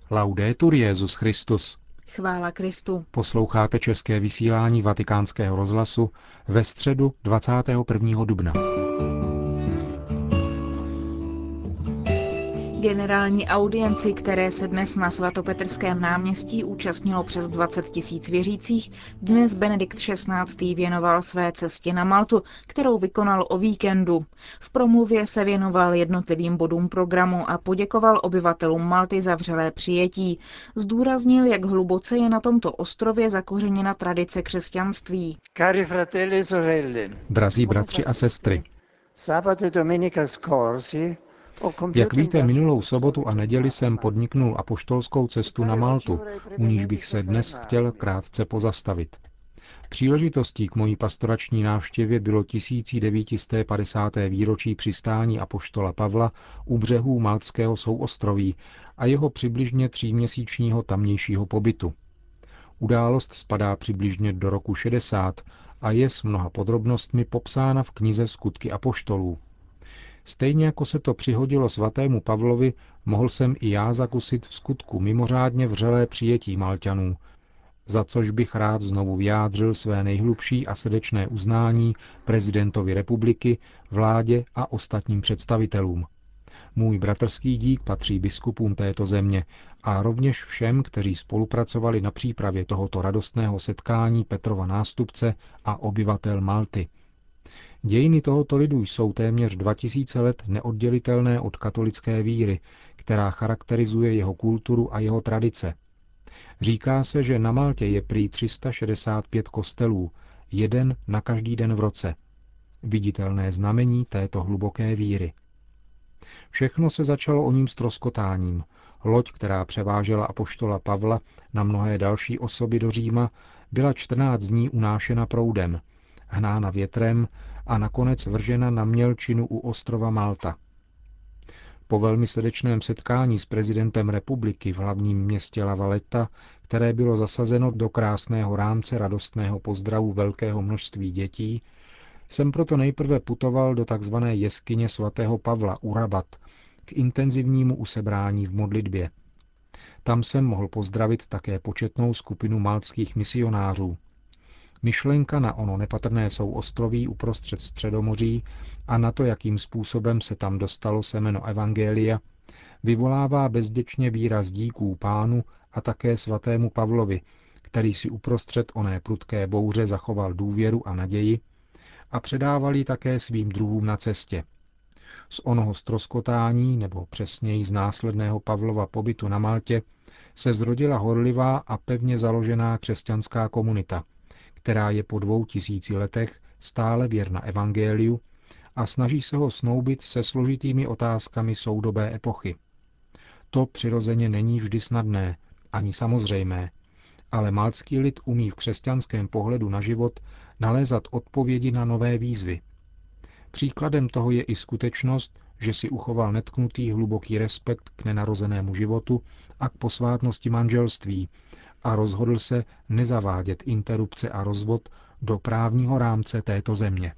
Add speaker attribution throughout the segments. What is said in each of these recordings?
Speaker 1: Laudetur Jesus Christus.
Speaker 2: Chvála Kristu.
Speaker 1: Posloucháte české vysílání Vatikánského rozhlasu ve středu 21. dubna.
Speaker 2: Generální audienci, které se dnes na svatopetrském náměstí účastnilo přes 20 000 věřících, dnes Benedikt XVI. Věnoval své cestě na Maltu, kterou vykonal o víkendu. V promluvě se věnoval jednotlivým bodům programu a poděkoval obyvatelům Malty za vřelé přijetí. Zdůraznil, jak hluboce je na tomto ostrově zakořeněna tradice křesťanství.
Speaker 3: Cari fratelli e sorelle,
Speaker 1: Drazí bratři a sestry,
Speaker 3: sabato e domenica scorsi
Speaker 1: jak víte, minulou sobotu a neděli jsem podniknul apoštolskou cestu na Maltu, u níž bych se dnes chtěl krátce pozastavit. Příležitostí k mojí pastorační návštěvě bylo 1950. výročí přistání apoštola Pavla u břehů maltského souostroví a jeho přibližně 3měsíčního tamnějšího pobytu. Událost spadá přibližně do roku 60 a je s mnoha podrobnostmi popsána v knize Skutky apoštolů. Stejně jako se to přihodilo svatému Pavlovi, mohl jsem i já zakusit v skutku mimořádně vřelé přijetí Malťanů, za což bych rád znovu vyjádřil své nejhlubší a srdečné uznání prezidentovi republiky, vládě a ostatním představitelům. Můj bratrský dík patří biskupům této země a rovněž všem, kteří spolupracovali na přípravě tohoto radostného setkání Petrova nástupce a obyvatel Malty. Dějiny tohoto lidu jsou téměř 2000 let neoddělitelné od katolické víry, která charakterizuje jeho kulturu a jeho tradice. Říká se, že na Maltě je prý 365 kostelů, jeden na každý den v roce. Viditelné znamení této hluboké víry. Všechno se začalo oním ztroskotáním. Loď, která převážela apoštola Pavla na mnohé další osoby do Říma, byla 14 dní unášena proudem, hnána větrem a nakonec vržena na mělčinu u ostrova Malta. Po velmi srdečném setkání s prezidentem republiky v hlavním městě La Valletta, které bylo zasazeno do krásného rámce radostného pozdravu velkého množství dětí, jsem proto nejprve putoval do tzv. Jeskyně svatého Pavla u Rabat k intenzivnímu usebrání v modlitbě. Tam jsem mohl pozdravit také početnou skupinu maltských misionářů. Myšlenka na ono nepatrné souostroví uprostřed Středomoří a na to, jakým způsobem se tam dostalo semeno evangelia, vyvolává bezděčně výraz díků Pánu a také svatému Pavlovi, který si uprostřed oné prudké bouře zachoval důvěru a naději a předával ji také svým druhům na cestě. Z onoho ztroskotání, nebo přesněji z následného Pavlova pobytu na Maltě, se zrodila horlivá a pevně založená křesťanská komunita, která je po 2000 letech stále věrna evangeliu a snaží se ho snoubit se složitými otázkami soudobé epochy. To přirozeně není vždy snadné, ani samozřejmé, ale maltský lid umí v křesťanském pohledu na život nalézat odpovědi na nové výzvy. Příkladem toho je i skutečnost, že si uchoval netknutý hluboký respekt k nenarozenému životu a k posvátnosti manželství a rozhodl se nezavádět interrupce a rozvod do právního rámce této země.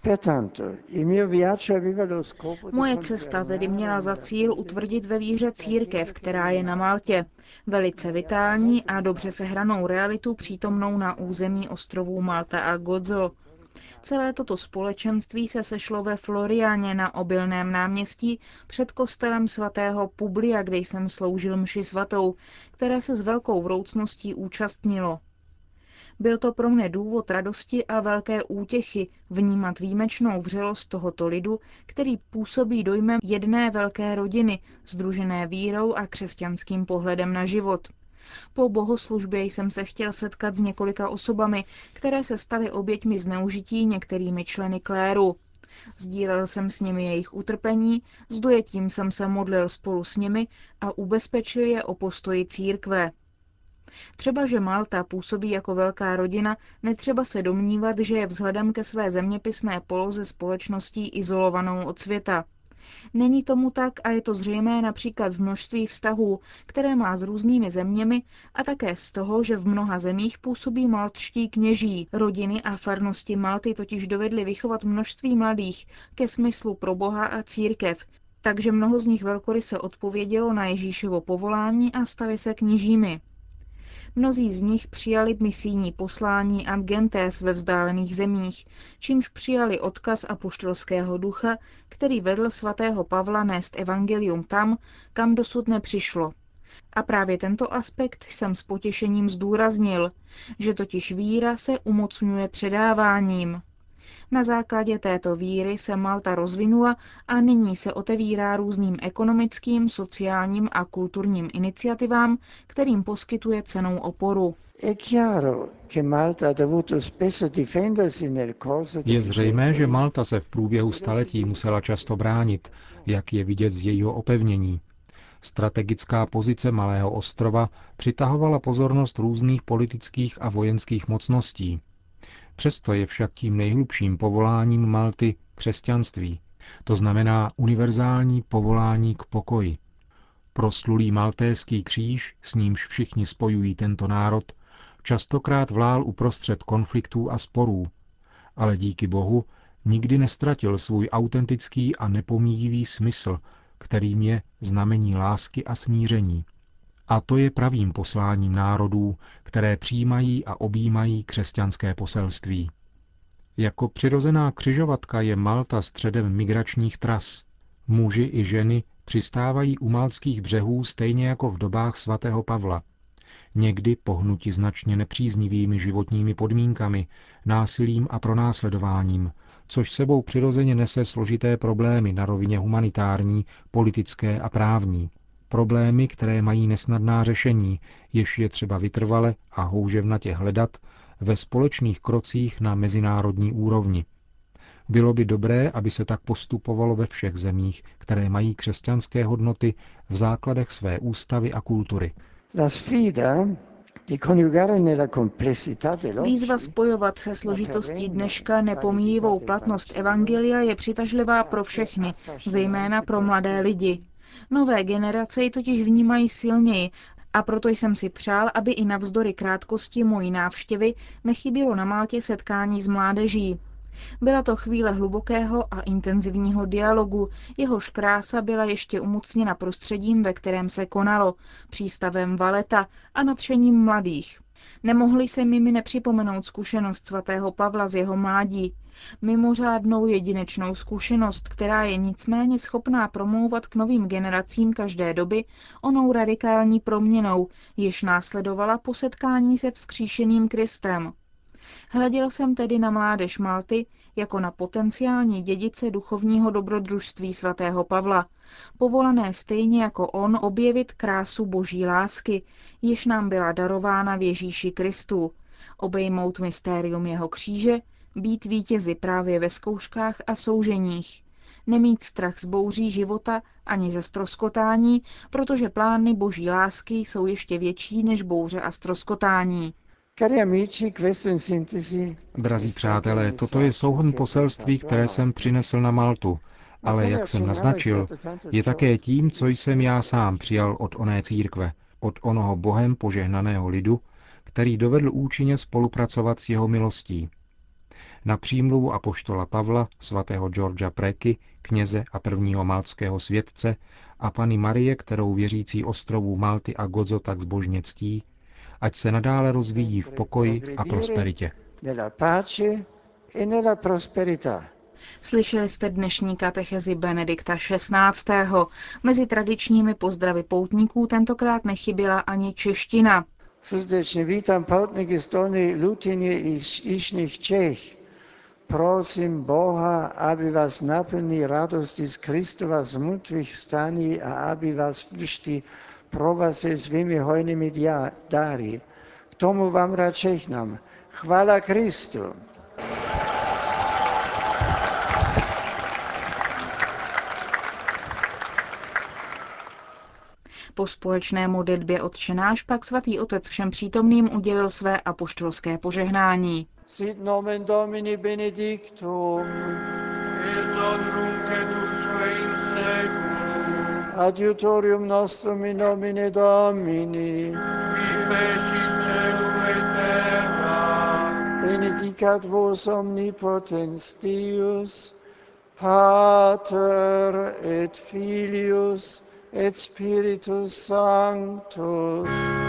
Speaker 2: Moje cesta tedy měla za cíl utvrdit ve víře církev, která je na Maltě, velice vitální a dobře sehranou realitu přítomnou na území ostrovů Malta a Gozo. Celé toto společenství se sešlo ve Florianě na Obilném náměstí před kostelem svatého Publia, kde jsem sloužil mši svatou, které se s velkou vroucností účastnilo. Byl to pro mne důvod radosti a velké útěchy vnímat výjimečnou vřelost tohoto lidu, který působí dojmem jedné velké rodiny, sdružené vírou a křesťanským pohledem na život. Po bohoslužbě jsem se chtěl setkat s několika osobami, které se staly oběťmi zneužití některými členy kléru. Sdílel jsem s nimi jejich utrpení, s dojetím jsem se modlil spolu s nimi a ubezpečil je o postoji církve. Třeba, že Malta působí jako velká rodina, netřeba se domnívat, že je vzhledem ke své zeměpisné poloze společností izolovanou od světa. Není tomu tak a je to zřejmé například v množství vztahů, které má s různými zeměmi a také z toho, že v mnoha zemích působí maltští kněží. Rodiny a farnosti Malty totiž dovedly vychovat množství mladých ke smyslu pro Boha a církev, takže mnoho z nich velkoryse odpovědělo na Ježíšovo povolání a stali se kněžími. Mnozí z nich přijali misijní poslání ad gentes ve vzdálených zemích, čímž přijali odkaz apoštolského ducha, který vedl svatého Pavla nést evangelium tam, kam dosud nepřišlo. A právě tento aspekt jsem s potěšením zdůraznil, že totiž víra se umocňuje předáváním. Na základě této víry se Malta rozvinula a nyní se otevírá různým ekonomickým, sociálním a kulturním iniciativám, kterým poskytuje cennou oporu.
Speaker 1: Je zřejmé, že Malta se v průběhu staletí musela často bránit, jak je vidět z jejího opevnění. Strategická pozice malého ostrova přitahovala pozornost různých politických a vojenských mocností. Přesto je však tím nejhlubším povoláním Malty křesťanství, to znamená univerzální povolání k pokoji. Proslulý maltéský kříž, s nímž všichni spojují tento národ, častokrát vlál uprostřed konfliktů a sporů, ale díky Bohu nikdy nestratil svůj autentický a nepomíjivý smysl, kterým je znamení lásky a smíření. A to je pravým posláním národů, které přijímají a objímají křesťanské poselství. Jako přirozená křižovatka je Malta středem migračních tras. Muži i ženy přistávají u maltských břehů stejně jako v dobách svatého Pavla. Někdy pohnuti značně nepříznivými životními podmínkami, násilím a pronásledováním, což sebou přirozeně nese složité problémy na rovině humanitární, politické a právní. Problémy, které mají nesnadná řešení, jež je třeba vytrvale a houževnatě hledat ve společných krocích na mezinárodní úrovni. Bylo by dobré, aby se tak postupovalo ve všech zemích, které mají křesťanské hodnoty v základech své ústavy a kultury.
Speaker 2: Výzva spojovat se složitostí dneška nepomíjivou platnost evangelia je přitažlivá pro všechny, zejména pro mladé lidi. Nové generace ji totiž vnímají silněji a proto jsem si přál, aby i navzdory krátkosti mojí návštěvy nechybělo na Maltě setkání s mládeží. Byla to chvíle hlubokého a intenzivního dialogu, jehož krása byla ještě umocněna prostředím, ve kterém se konalo, přístavem Valeta a nadšením mladých. Nemohli jsem jimi nepřipomenout zkušenost svatého Pavla z jeho mládí. Mimořádnou jedinečnou zkušenost, která je nicméně schopná promlouvat k novým generacím každé doby onou radikální proměnou, jež následovala po setkání se vzkříšeným Kristem. Hleděl jsem tedy na mládež Malty jako na potenciální dědice duchovního dobrodružství svatého Pavla, povolané stejně jako on objevit krásu boží lásky, jež nám byla darována v Ježíši Kristu, obejmout mystérium jeho kříže, být vítězi právě ve zkouškách a souženích, nemít strach z bouří života ani ze ztroskotání, protože plány boží lásky jsou ještě větší než bouře a ztroskotání.
Speaker 1: Drazí přátelé, toto je souhrn poselství, které jsem přinesl na Maltu, ale jak jsem naznačil, je také tím, co jsem já sám přijal od oné církve, od onoho Bohem požehnaného lidu, který dovedl účinně spolupracovat s jeho milostí. Na přímluvu apoštola Pavla, svatého Georgia Preky, kněze a prvního maltského světce, a Panny Marie, kterou věřící ostrovů Malty a Gozo tak zbožně ctí, ať se nadále rozvíjí v pokoji a prosperitě.
Speaker 2: Slyšeli jste dnešní katechezi Benedikta XVI. Mezi tradičními pozdravy poutníků tentokrát nechyběla ani čeština.
Speaker 3: Srdečně vítám poutníky z Dolní Lutině i Jižních Čech. Prosím Boha, aby vás naplní radosti z Kristova zmrtvých vstání a aby vás vždy provázel svými hojnými dary. K tomu vám rád žehnám. Chvála Kristu.
Speaker 2: Po společné modlitbě Otčenáš pak svatý otec všem přítomným udělil své apoštolské požehnání.
Speaker 3: Sit nomen Domini benedictum.
Speaker 4: Et nunc et usque in seculum.
Speaker 3: Adiutorium nostrum in nomine Domini.
Speaker 4: Qui fecit celum et terra.
Speaker 3: Benedicat vos omnipotens Deus, Pater et Filius et Spiritus Sanctus.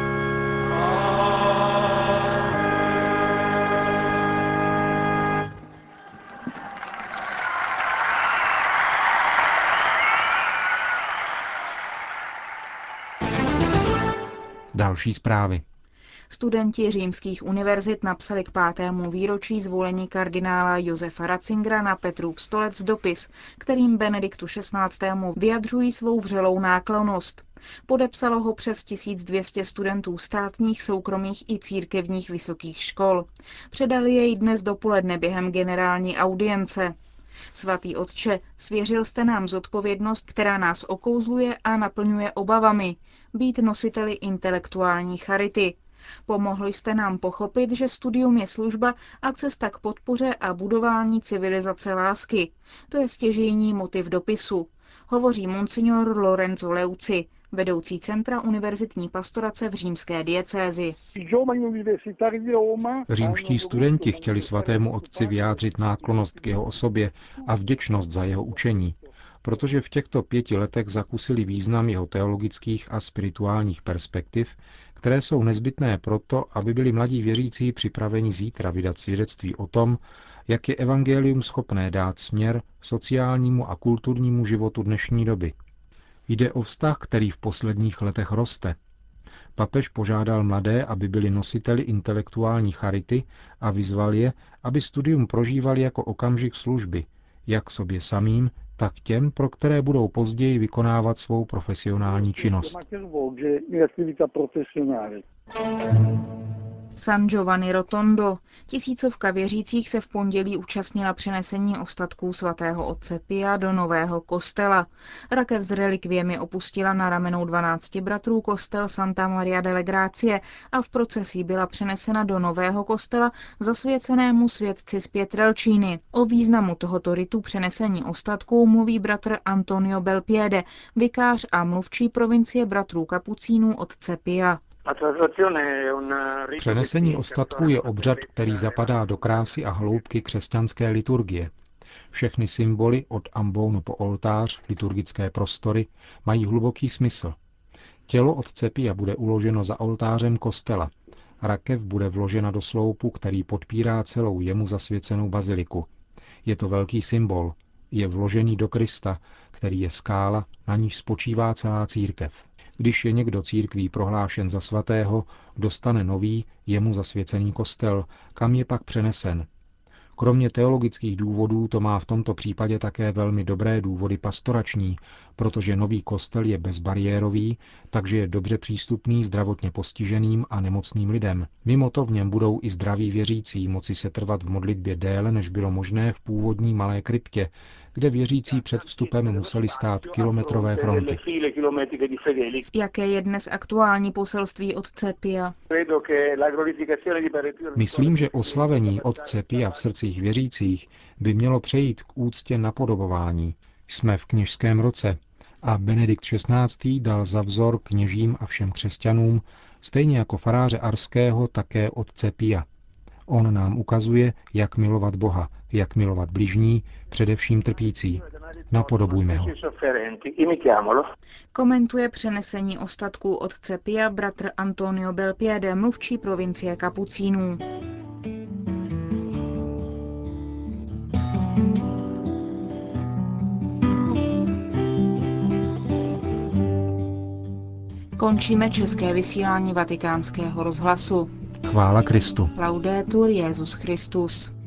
Speaker 1: Další zprávy.
Speaker 2: Studenti římských univerzit napsali k 5. výročí zvolení kardinála Josefa Ratzingera na Petrův stolec dopis, kterým Benediktu XVI. Vyjadřují svou vřelou náklonnost. Podepsalo ho přes 1200 studentů státních, soukromých i církevních vysokých škol. Předali jej dnes dopoledne během generální audience. Svatý otče, svěřil jste nám zodpovědnost, která nás okouzluje a naplňuje obavami, být nositeli intelektuální charity. Pomohli jste nám pochopit, že studium je služba a cesta k podpoře a budování civilizace lásky. To je stěžejní motiv dopisu, hovoří monsignor Lorenzo Leuci, vedoucí centra univerzitní pastorace v římské diecézi.
Speaker 1: Římští studenti chtěli svatému otci vyjádřit náklonnost k jeho osobě a vděčnost za jeho učení, protože v těchto 5 letech zakusili význam jeho teologických a spirituálních perspektiv, které jsou nezbytné proto, aby byli mladí věřící připraveni zítra vydat svědectví o tom, jak je evangelium schopné dát směr sociálnímu a kulturnímu životu dnešní doby. Jde o vztah, který v posledních letech roste. Papež požádal mladé, aby byli nositeli intelektuální charity a vyzval je, aby studium prožívali jako okamžik služby, jak sobě samým, tak těm, pro které budou později vykonávat svou profesionální činnost.
Speaker 2: San Giovanni Rotondo. Tisícovka věřících se v pondělí účastnila přenesení ostatků svatého otce Pia do nového kostela. Rakev s relikviemi opustila na ramenou 12 bratrů kostel Santa Maria delle Grazie a v procesí byla přenesena do nového kostela zasvěcenému světci z Pietrelcini. O významu tohoto ritu přenesení ostatků mluví bratr Antonio Belpiede, vikář a mluvčí provincie bratrů kapucínů otce Pia.
Speaker 1: Přenesení ostatků je obřad, který zapadá do krásy a hloubky křesťanské liturgie. Všechny symboly od ambonu po oltář, liturgické prostory, mají hluboký smysl. Tělo otce Pia bude uloženo za oltářem kostela. Rakev bude vložena do sloupu, který podpírá celou jemu zasvěcenou baziliku. Je to velký symbol. Je vložený do Krista, který je skála, na níž spočívá celá církev. Když je někdo církví prohlášen za svatého, dostane nový, jemu zasvěcený kostel, kam je pak přenesen. Kromě teologických důvodů to má v tomto případě také velmi dobré důvody pastorační, protože nový kostel je bezbariérový, takže je dobře přístupný zdravotně postiženým a nemocným lidem. Mimo to v něm budou i zdraví věřící moci se trvat v modlitbě déle, než bylo možné v původní malé kryptě, kde věřící před vstupem museli stát kilometrové fronty.
Speaker 2: Jaké je dnes aktuální poselství otce Pia?
Speaker 1: Myslím, že oslavení otce Pia v srdcích věřících by mělo přejít k úctě napodobování. Jsme v kněžském roce a Benedikt XVI. Dal za vzor kněžím a všem křesťanům, stejně jako faráře Arského, také otce Pia. On nám ukazuje, jak milovat Boha, jak milovat bližní, především trpící. Napodobujme ho.
Speaker 2: Komentuje přenesení ostatků otce Pia bratr Antonio Belpiede, mluvčí provincie kapucínů. Končíme české vysílání Vatikánského rozhlasu.
Speaker 1: Chvála Kristu.
Speaker 2: Laudetur Jesus Christus.